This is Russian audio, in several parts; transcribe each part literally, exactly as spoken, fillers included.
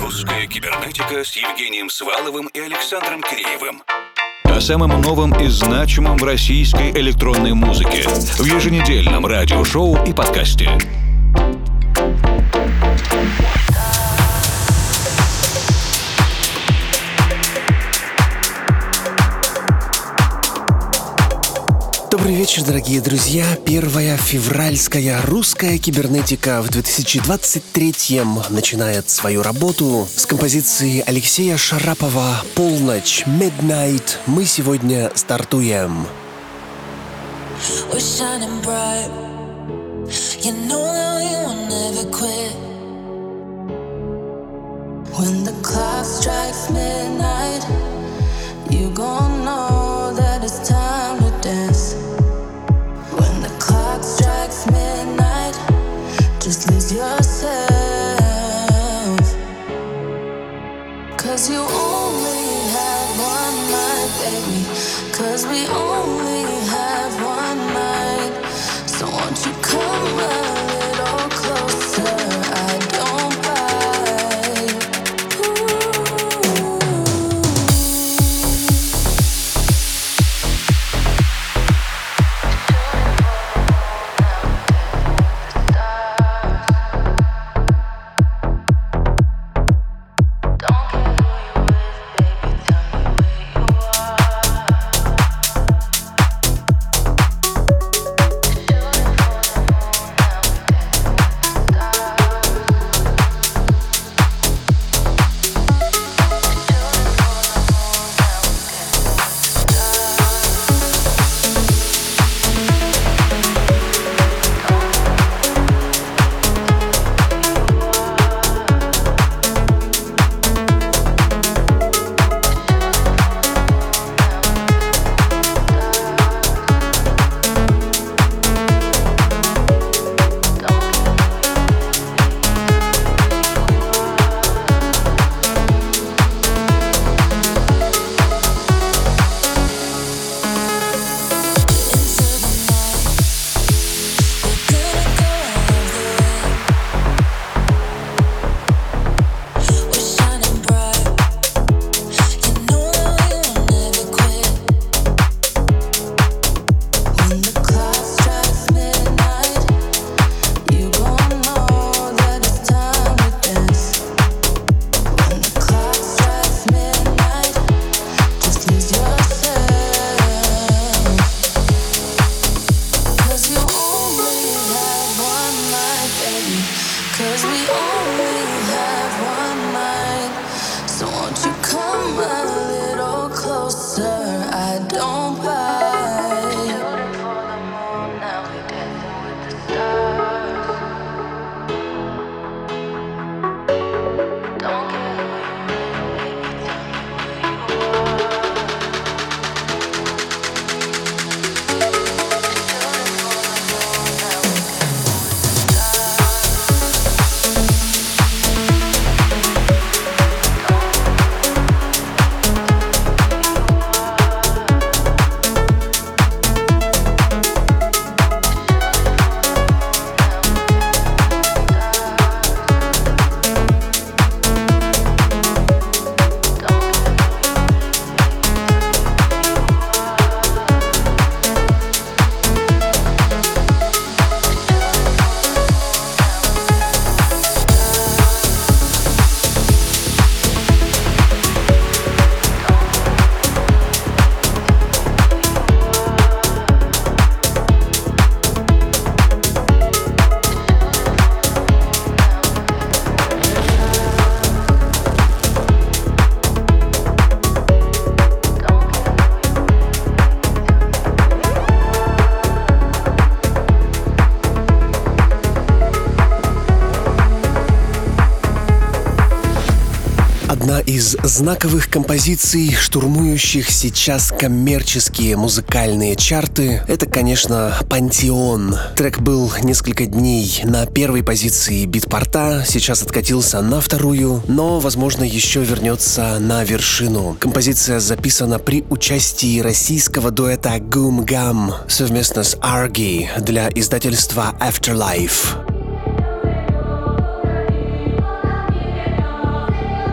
Русская кибернетика с Евгением Сваловым и Александром Киреевым. О самом новом и значимом в российской электронной музыке в еженедельном радиошоу и подкасте. Добрый вечер, дорогие друзья. Первая февральская русская кибернетика в две тысячи двадцать третьем начинает свою работу с композиции Алексея Шарапова «Полночь», «Midnight». Мы сегодня стартуем. When the clock strikes midnight, you gon' know that it's time to dance. When the clock strikes midnight, just lose yourself. Cause you only have one night, baby. Cause we only have one night. So won't you come a little closer? I don't bite. Ooh. Одна из знаковых композиций, штурмующих сейчас коммерческие музыкальные чарты, это, конечно, «Пантеон». Трек был несколько дней на первой позиции битпорта, сейчас откатился на вторую, но, возможно, еще вернется на вершину. Композиция записана при участии российского дуэта Goom Gum совместно с Argy для издательства Afterlife.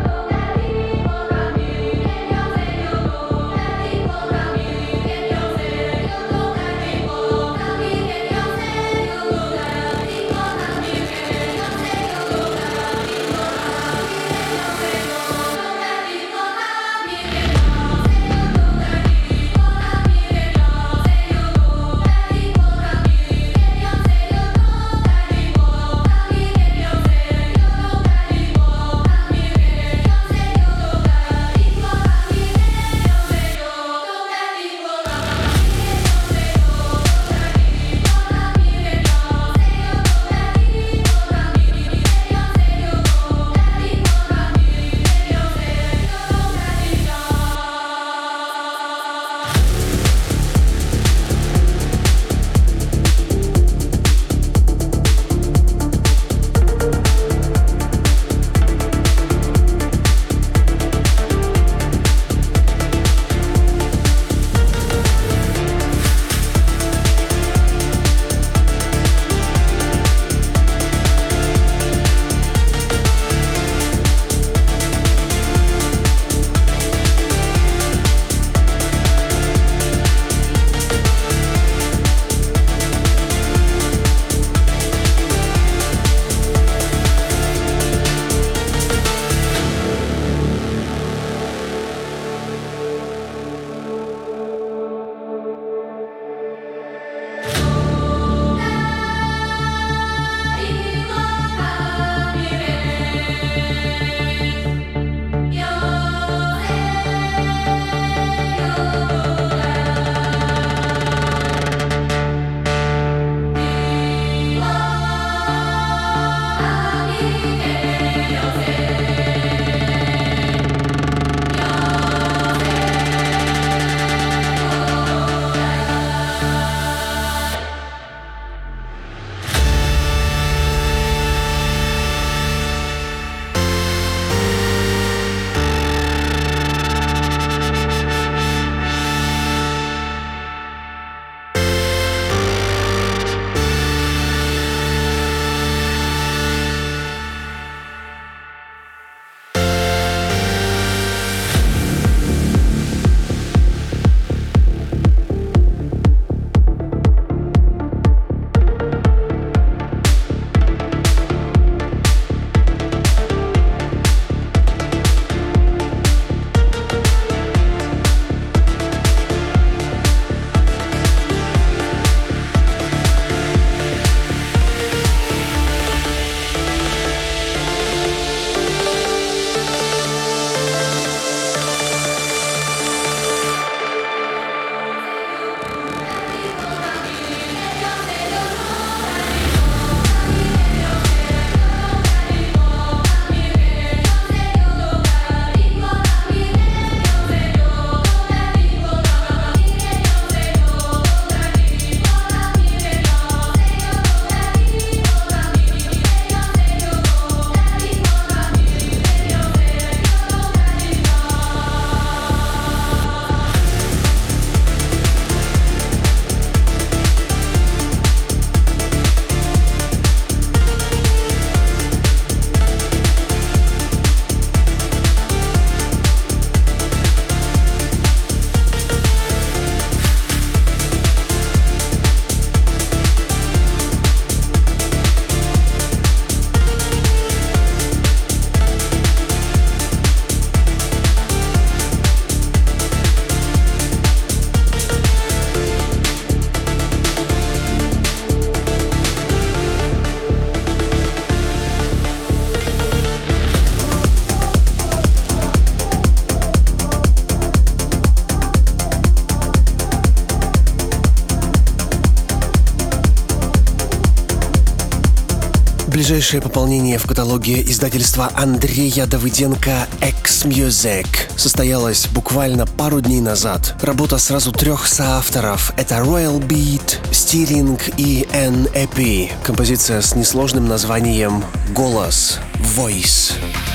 Свежайшее пополнение в каталоге издательства Андрея Давыденко X-Music состоялось буквально пару дней назад. Работа сразу трех соавторов — это Royal Beat, Steering и N E P. Композиция с несложным названием «Голос», «Voice».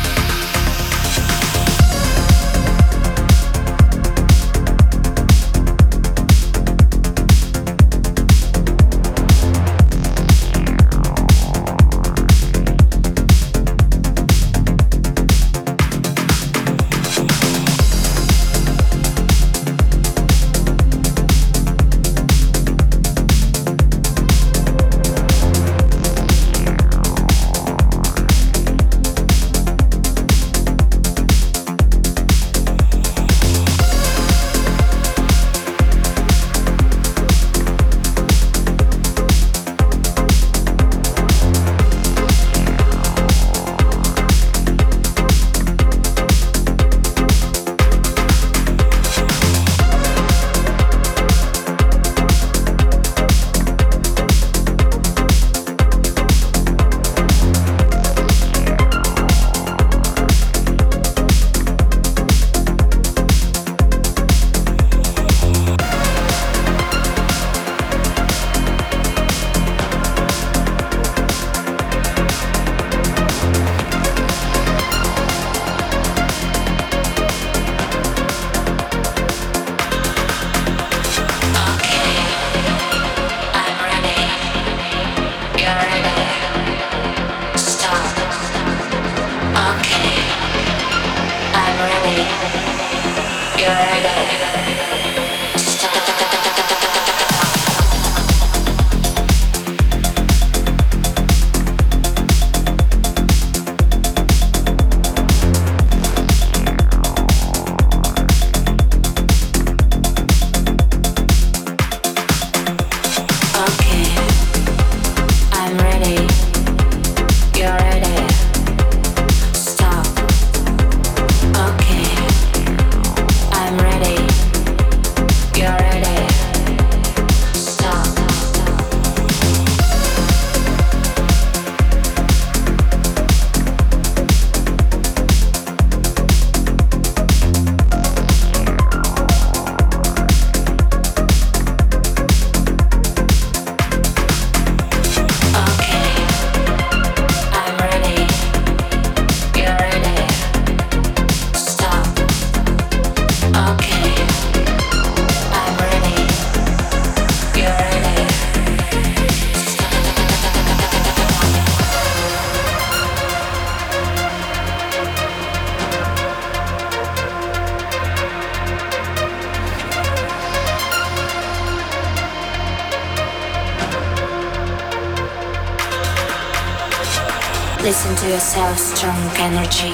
Listen to yourself, strong energy.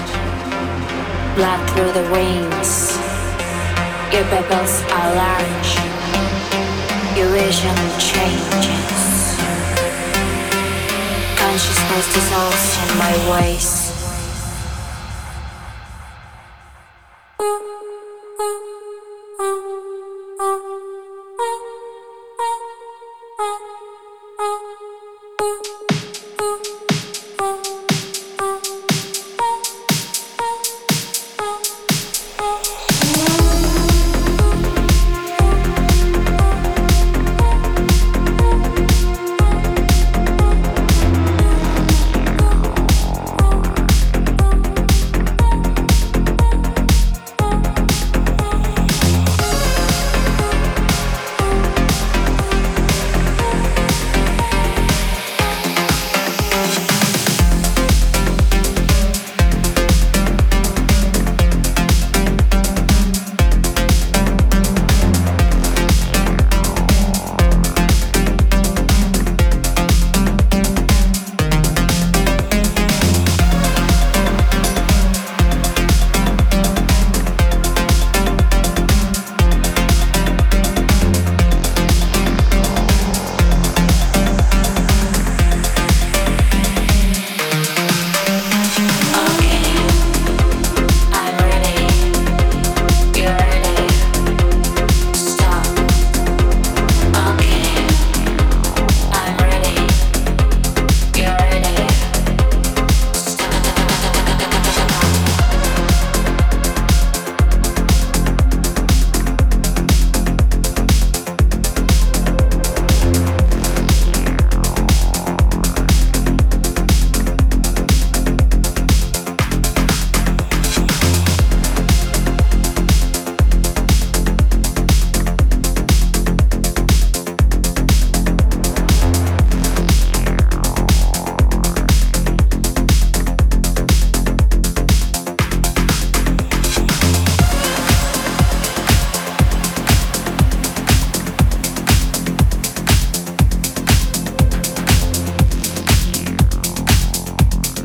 Blood through the veins. Your bubbles are large. Your vision changes. Consciousness dissolves in my voice.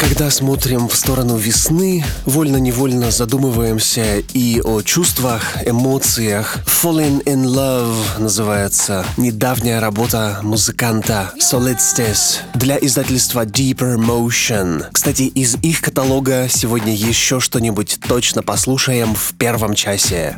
Когда смотрим в сторону весны, вольно-невольно задумываемся и о чувствах, эмоциях. Falling in Love называется недавняя работа музыканта Solidestes для издательства Deeper Motion. Кстати, из их каталога сегодня еще что-нибудь точно послушаем в первом часе.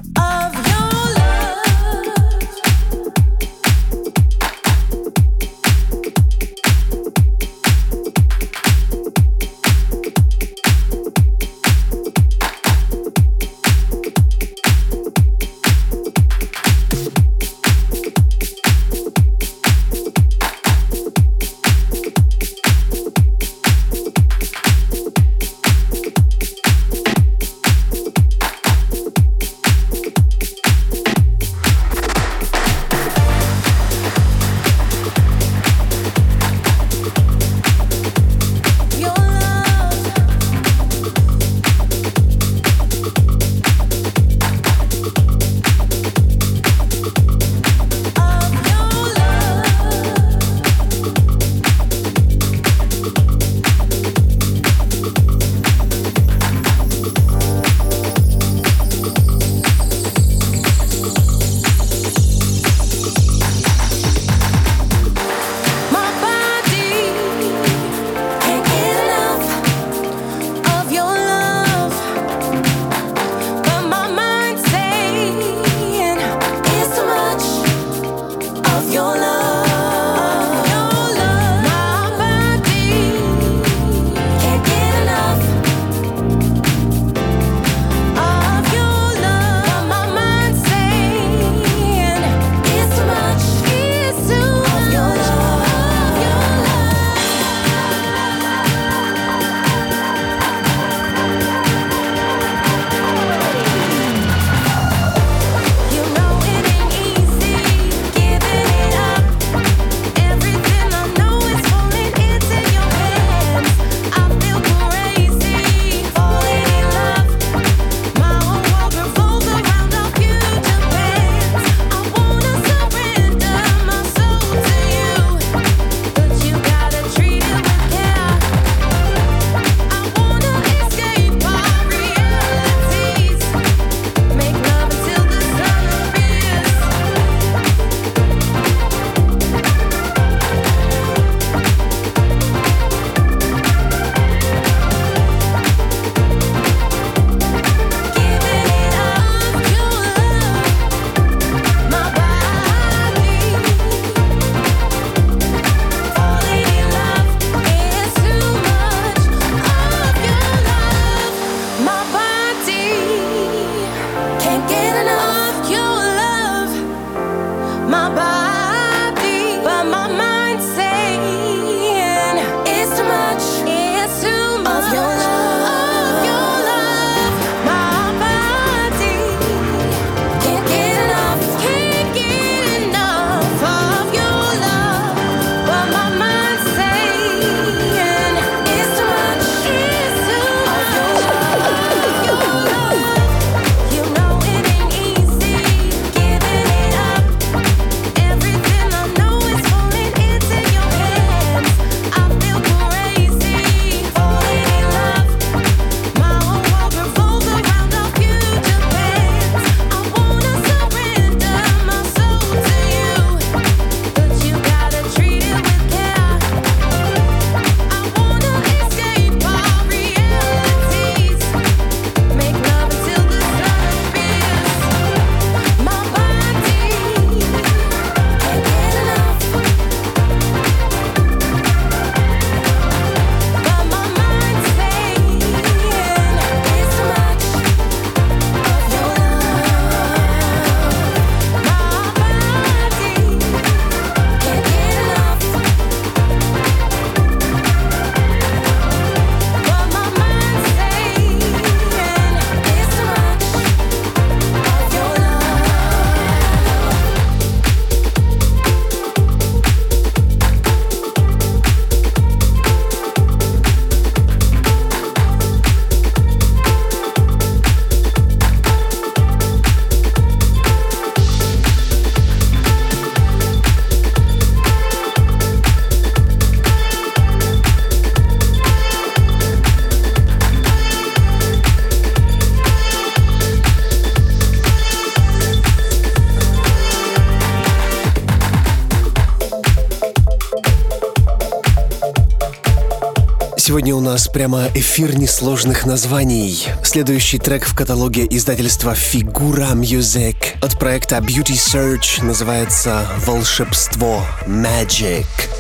Сегодня у нас прямо эфир несложных названий. Следующий трек в каталоге издательства Figura Music от проекта Beauty Search называется «Волшебство» Magic.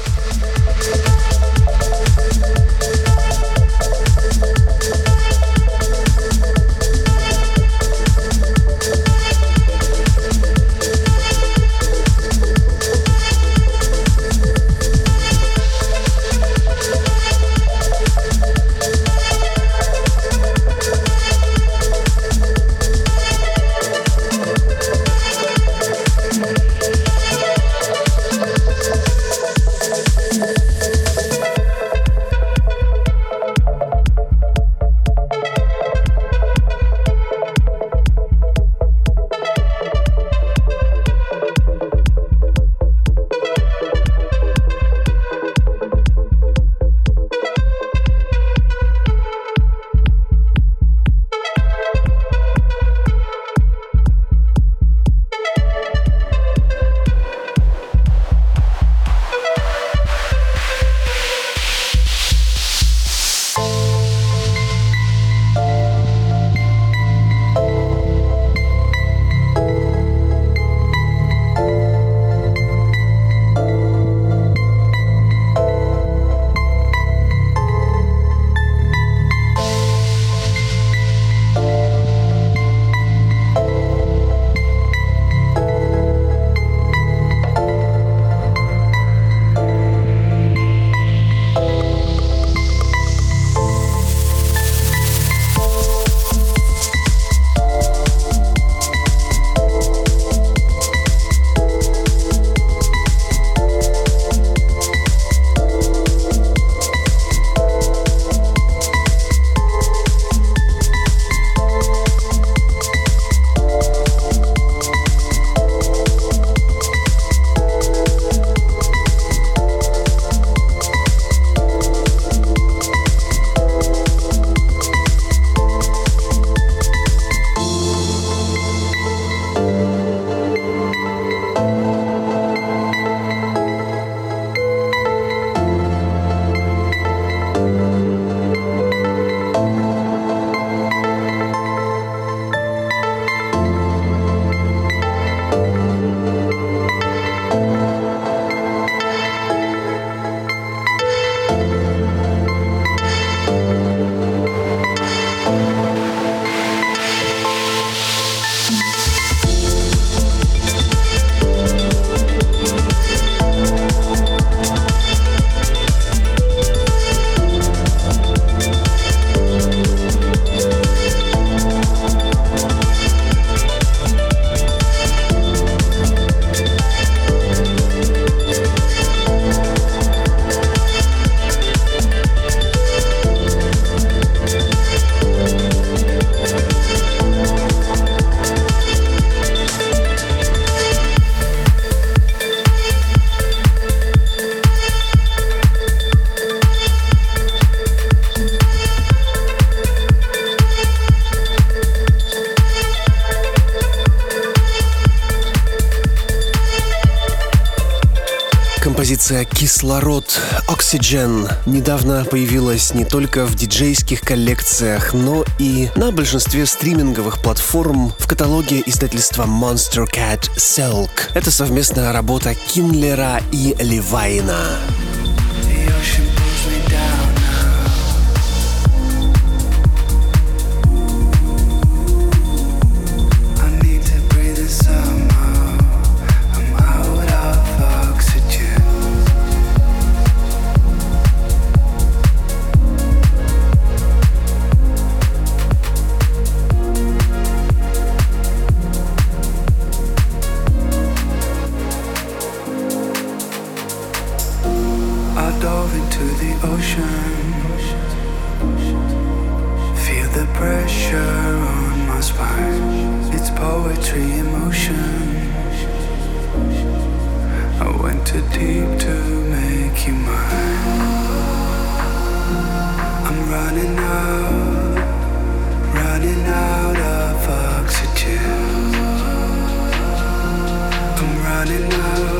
Композиция «Кислород» Oxygen недавно появилась не только в диджейских коллекциях, но и на большинстве стриминговых платформ в каталоге издательства Monster Cat Silk. Это совместная работа Кинлера и Левайна.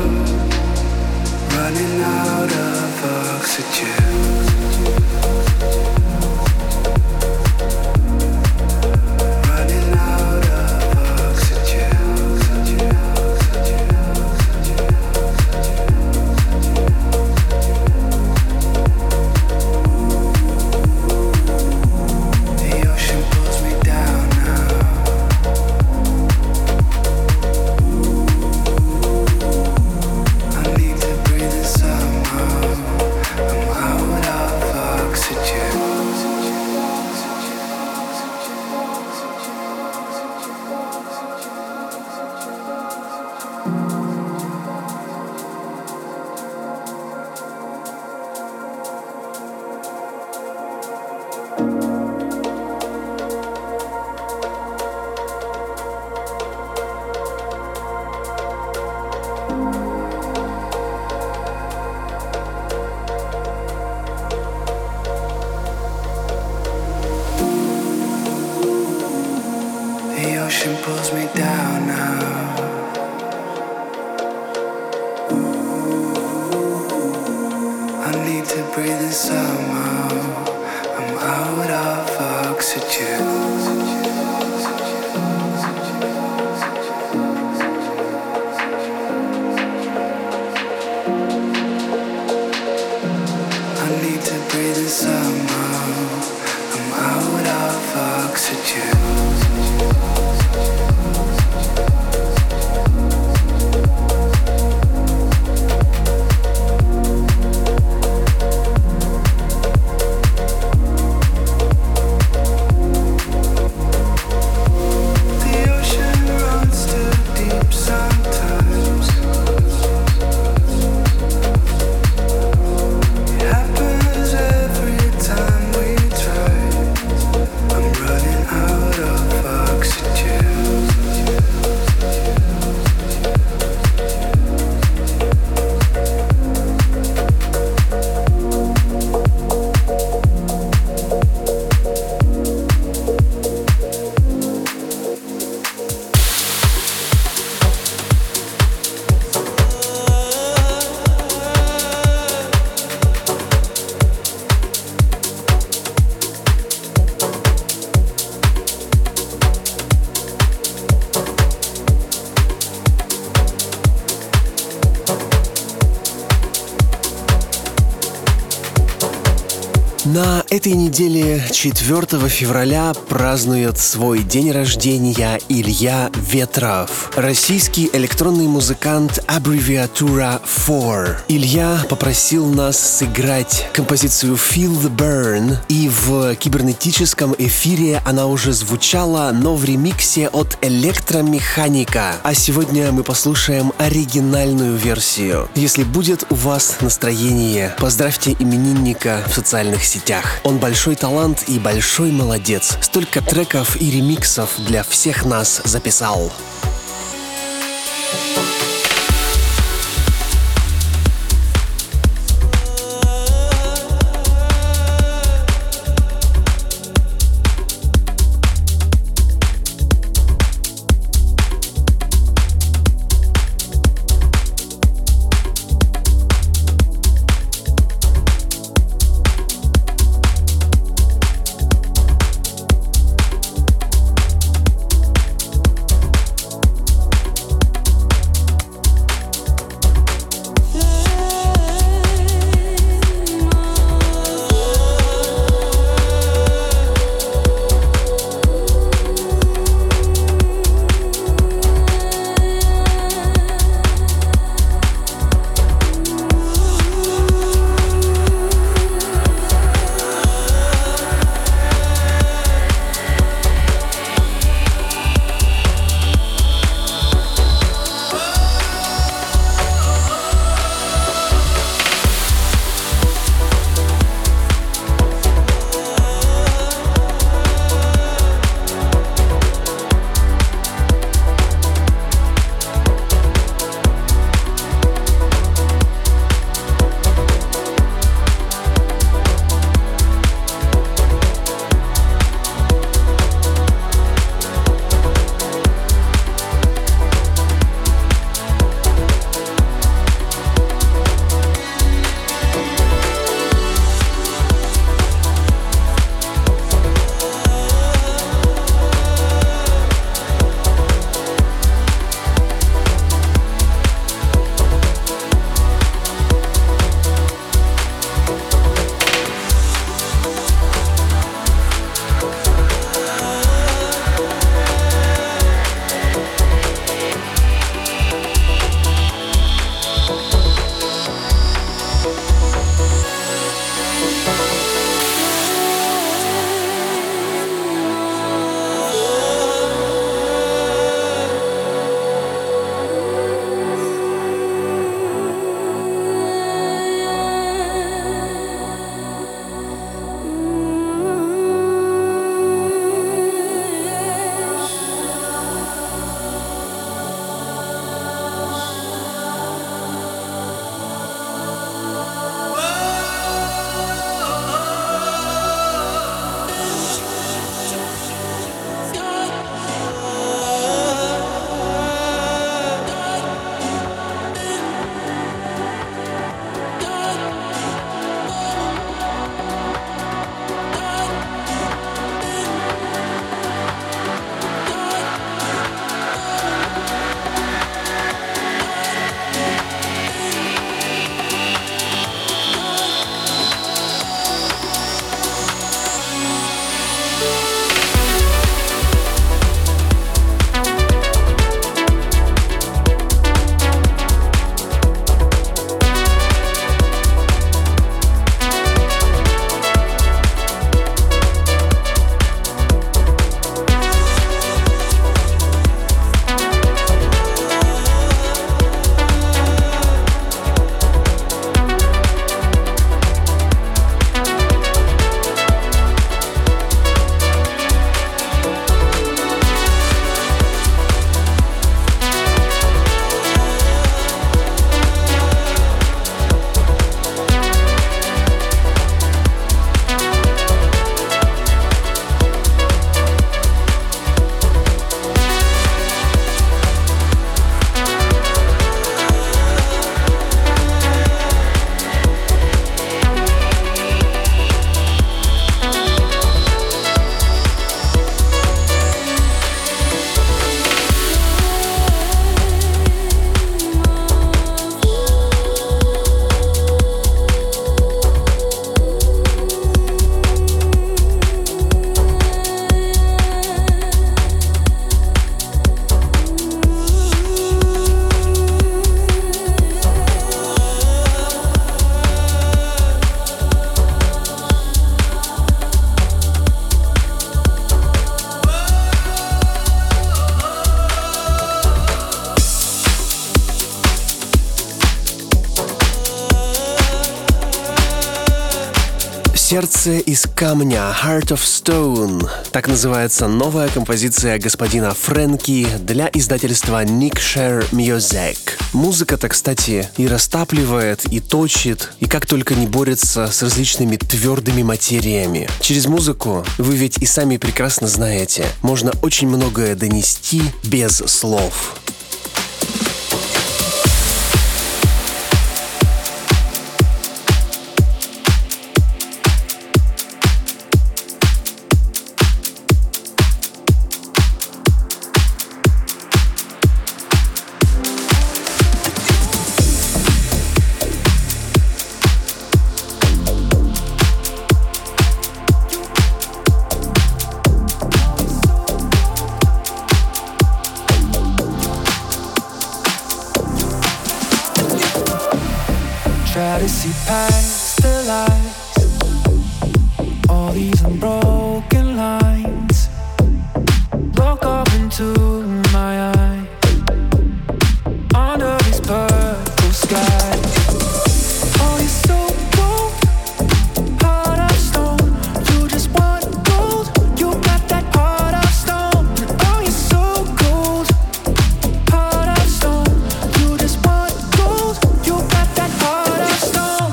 Running out of oxygen. The ocean pulls me down now. I need to breathe in somehow. I'm out of oxygen. Breathing somehow, I'm out of oxygen. The ocean runs too deep sometimes. It happens every time we try. I'm running out of oxygen. На этой неделе, четвёртого февраля, празднует свой день рождения Илья Ветров, российский электронный музыкант, аббревиатура фор. Илья попросил нас сыграть композицию Feel the Burn, и в кибернетическом эфире она уже звучала, но в ремиксе от Электромеханика. А сегодня мы послушаем оригинальную версию. Если будет у вас настроение, поздравьте именинника в социальных сетях. Он большой талант и большой молодец. Столько треков и ремиксов для всех нас записал. «Сердце из камня» Heart of Stone. Так называется новая композиция господина Фрэнки для издательства Nick Share Music. Музыка-то, кстати, и растапливает, и точит, и как только не борется с различными твердыми материями. Через музыку, вы ведь и сами прекрасно знаете, можно очень многое донести без слов. Try to see past the lies, all these unbroken lines. Look up into my eyes, under these purple skies. Oh, you're so cold, heart of stone. You just want gold, you got that heart of stone. Oh, you're so cold, heart of stone. You just want gold, you got that heart of stone.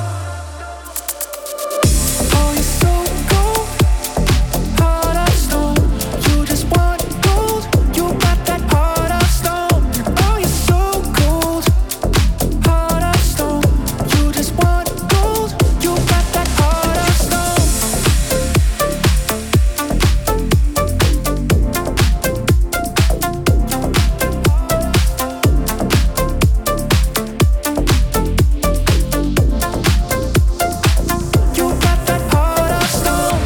Oh, you're so cold, heart of stone. You just want gold, you got that heart of stone. Oh, you're so cold, heart of stone. You just want gold, you got that heart of stone. You got that heart of stone.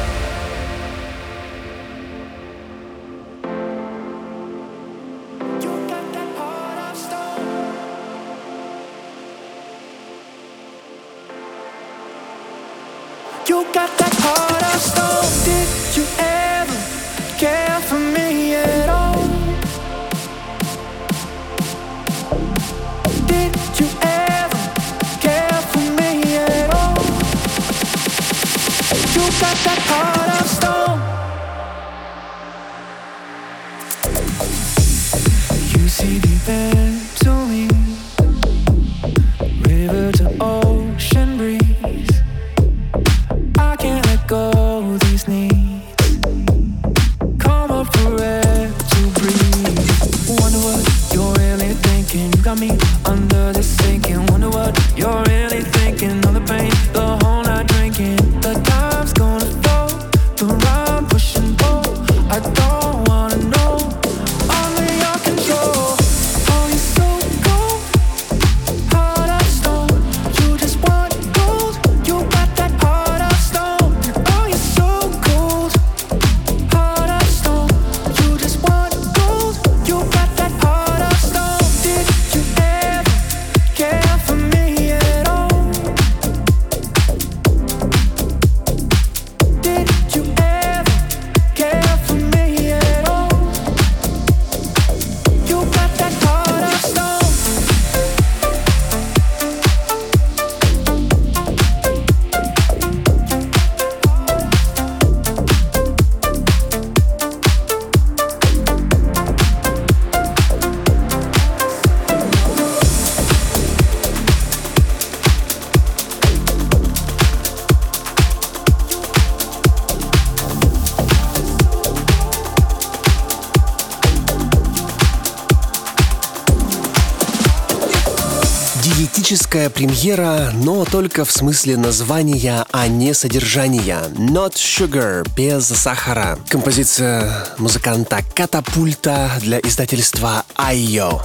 You got that heart of stone. You got that heart of stone. Did you ever care for me at all? Did you ever care for me at all? You got that heart of stone. You see deep into me, river to ocean breeze. I can't let go of these needs. Come up for air to breathe. Wonder what you're really thinking. You got me under the sinking. Wonder what you're really thinking. All the pain, the whole night drinking. The time's gonna fall, the rhyme push and pull. I don't wanna know, under your control. Oh, you're so cold, heart of stone. You just want gold, you got that heart of stone. Oh, you're so cold, heart of stone. You just want gold, you got that heart of stone. Did you ever care for me at all? Did you ever care for me at all? You got that heart of stone. Диетическая премьера, но только в смысле названия, а не содержания. Not Sugar, без сахара. Композиция музыканта Катапульта для издательства Айо.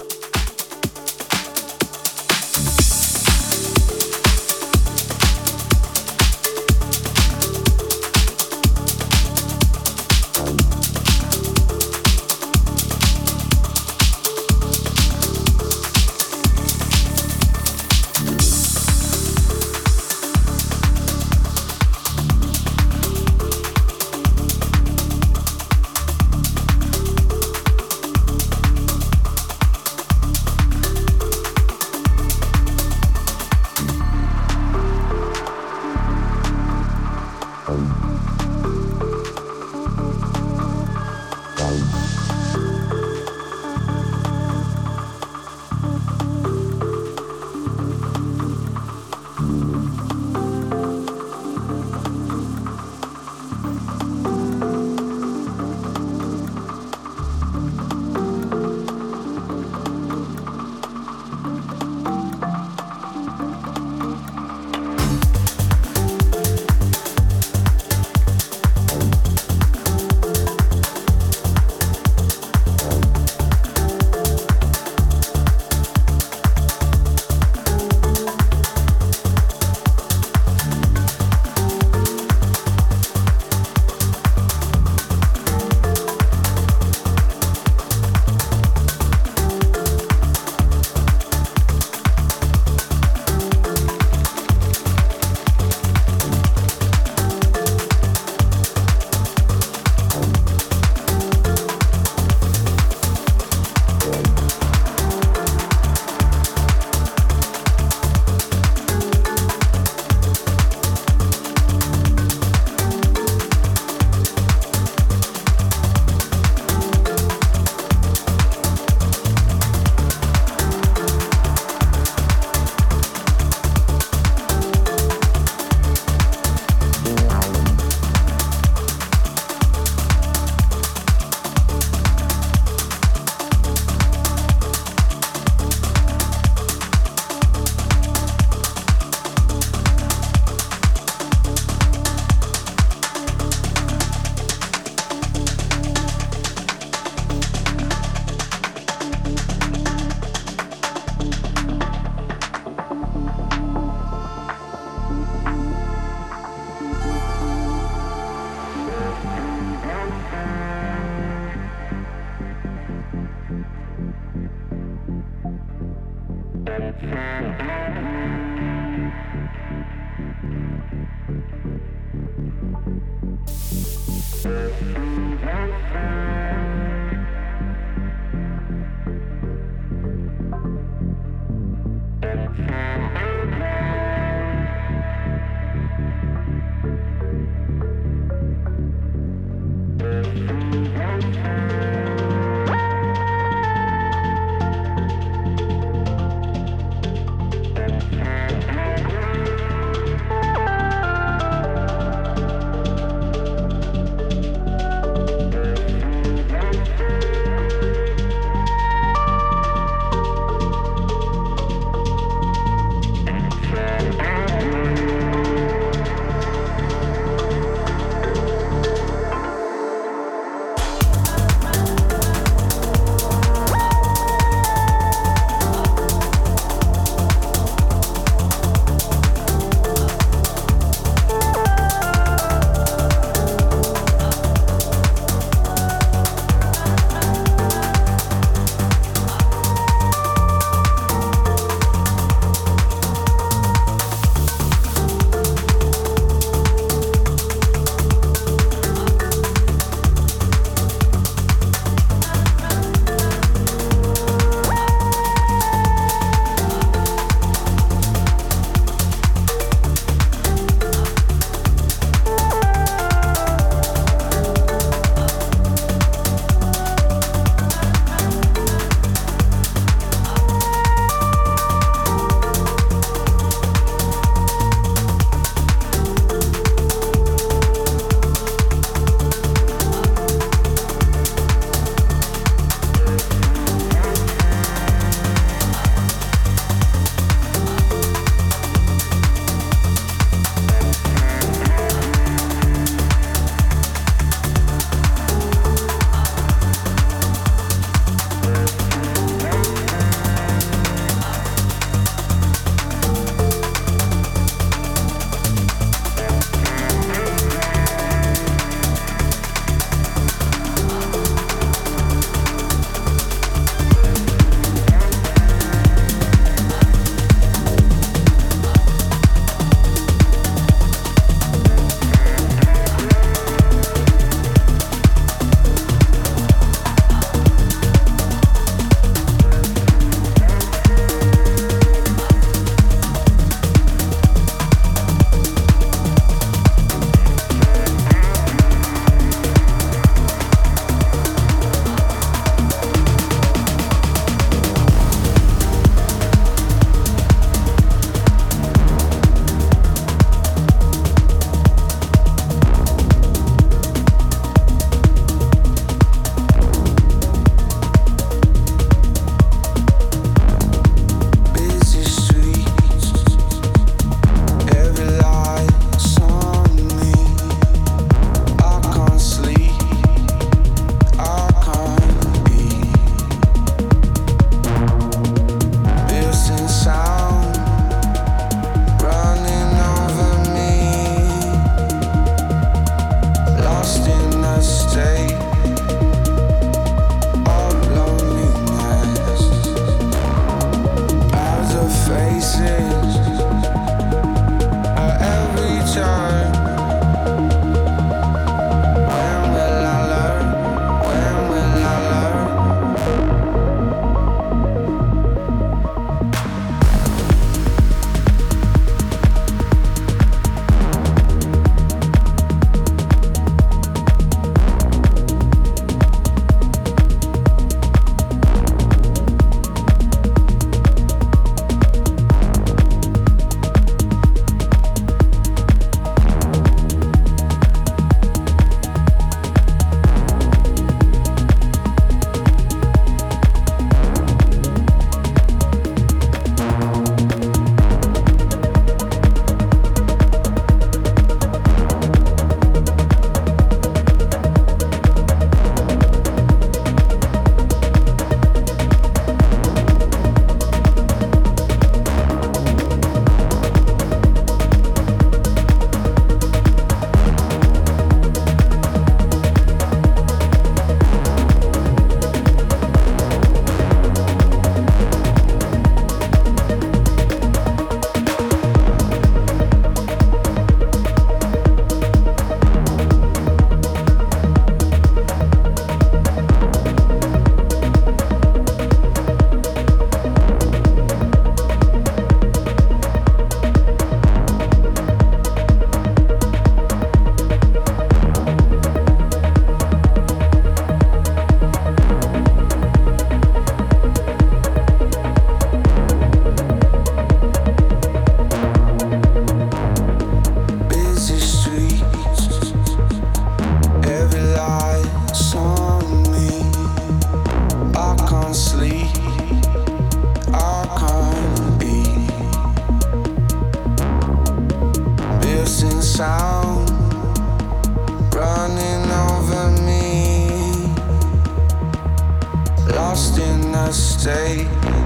state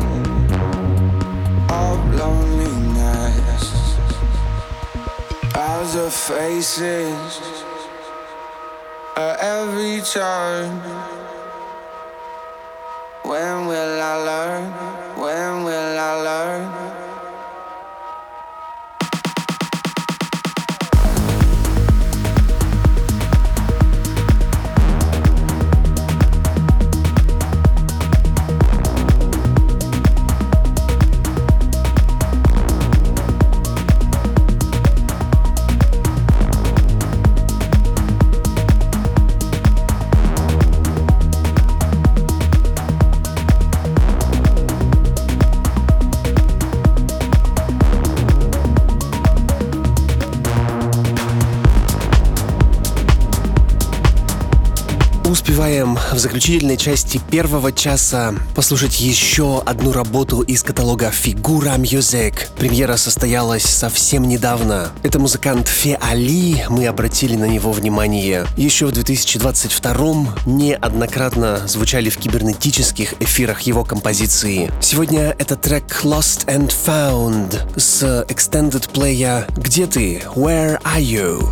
of loneliness. As the faces at every turn. When will I learn? When will I learn? Успеваем в заключительной части первого часа послушать еще одну работу из каталога Figura Music. Премьера состоялась совсем недавно. Это музыкант Фе Али, мы обратили на него внимание. Еще в две тысячи двадцать втором неоднократно звучали в кибернетических эфирах его композиции. Сегодня это трек Lost and Found с Extended Play «Где ты? Where are you?»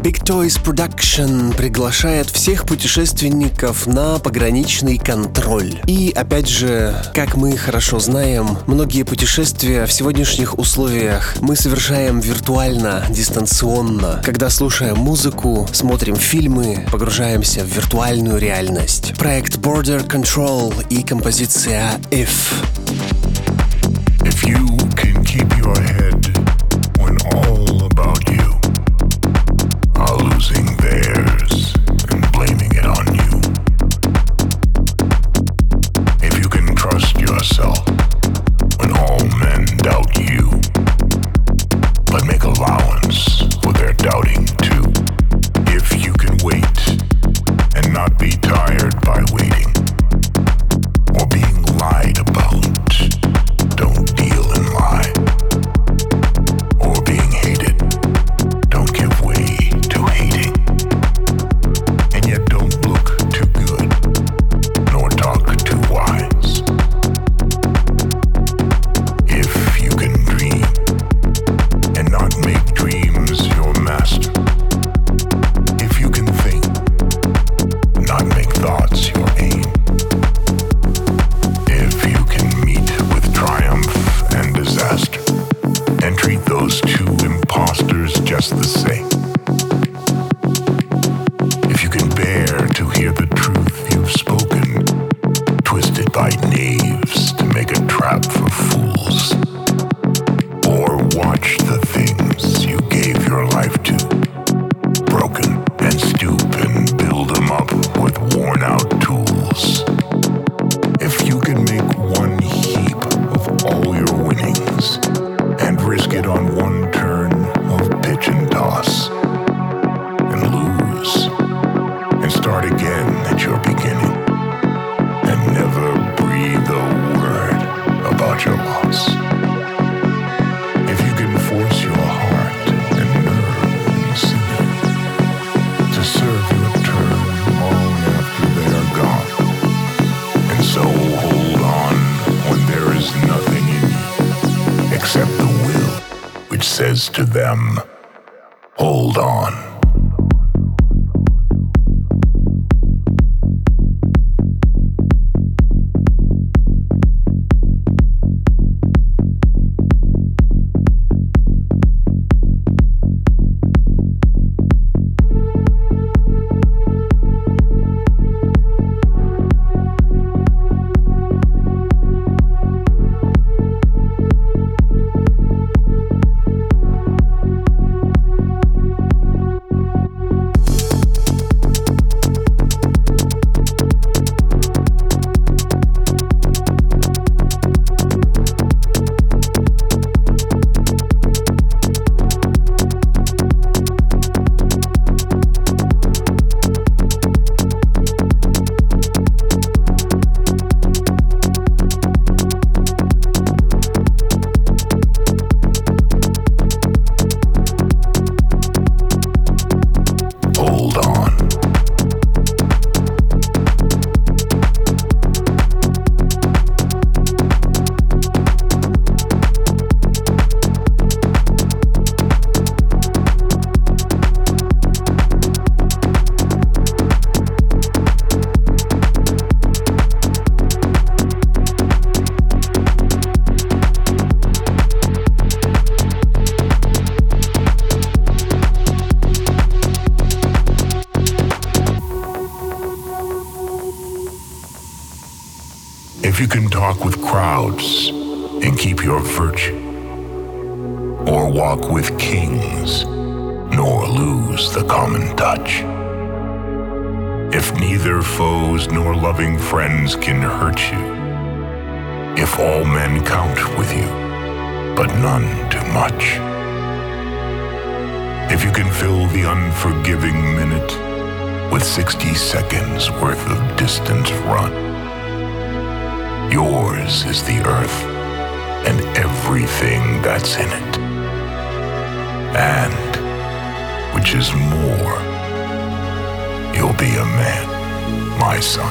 Big Toys Production приглашает всех путешественников на пограничный контроль. И опять же, как мы хорошо знаем, многие путешествия в сегодняшних условиях мы совершаем виртуально, дистанционно, когда слушаем музыку, смотрим фильмы, погружаемся в виртуальную реальность. Проект Border Control и композиция If. If you can keep your head when all about you are losing theirs and blaming it on you. If you can trust yourself when all men doubt you, but make allowance for their doubting too. If you can wait and not be tired by waiting or being lied about, don't deal in lie. Or being hated, don't give way to hating. And yet don't look too good, nor talk too wise. If you can dream and not make dreams your master. If you can think, not make thoughts your aim. If you can meet with triumph and disaster and treat those two imposters just the same. If you can bear to hear the truth you've spoken, twisted by knaves to make a trap for fools. Or watch the things you gave your life to, broken, and stoop and build them up with worn out tools. If you can make one heap of all your winnings and risk it on one turn of pitch and toss and lose and start again at your beginning and never breathe a word about your loss. If you can force your heart and nerve and sinew to serve your turn long after they are gone, and so hold on when there is nothing in you except the will which says to them, hold on. If you can talk with crowds and keep your virtue, or walk with kings, nor lose the common touch. If neither foes nor loving friends can hurt you, if all men count with you, but none too much. If you can fill the unforgiving minute with sixty seconds worth of distance run. Yours is the earth and everything that's in it. And, which is more, you'll be a man, my son.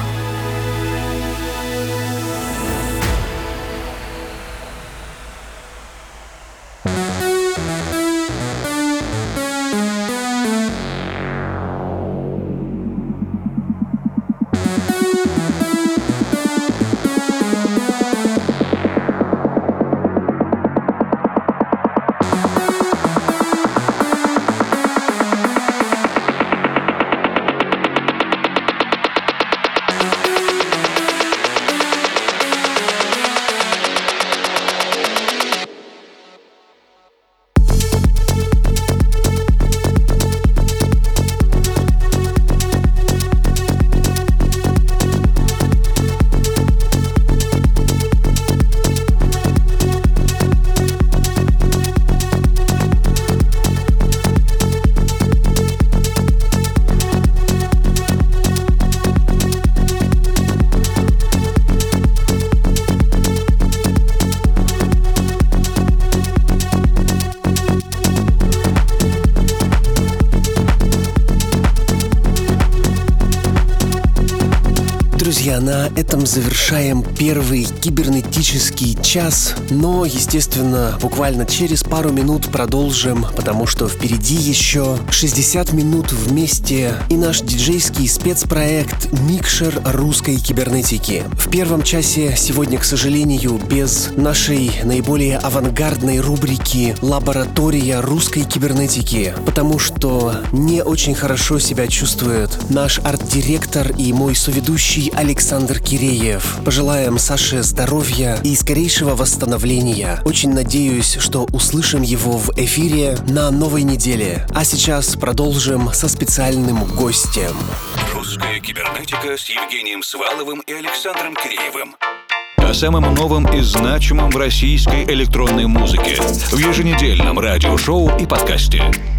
друзья, на этом завершаем первый кибернетический час, но, естественно, буквально через пару минут продолжим, потому что впереди еще шестьдесят минут вместе и наш диджейский спецпроект «Микшер русской кибернетики». В первом часе сегодня, к сожалению, без нашей наиболее авангардной рубрики «Лаборатория русской кибернетики», потому что не очень хорошо себя чувствует наш арт-директор и мой соведущий Александр Киреев. Пожелаем Саше здоровья и скорейшего восстановления. Очень надеюсь, что услышим его в эфире на новой неделе. А сейчас продолжим со специальным гостем. Русская кибернетика с Евгением Сваловым и Александром Киреевым. О самом новом и значимом в российской электронной музыке в еженедельном радиошоу и подкасте.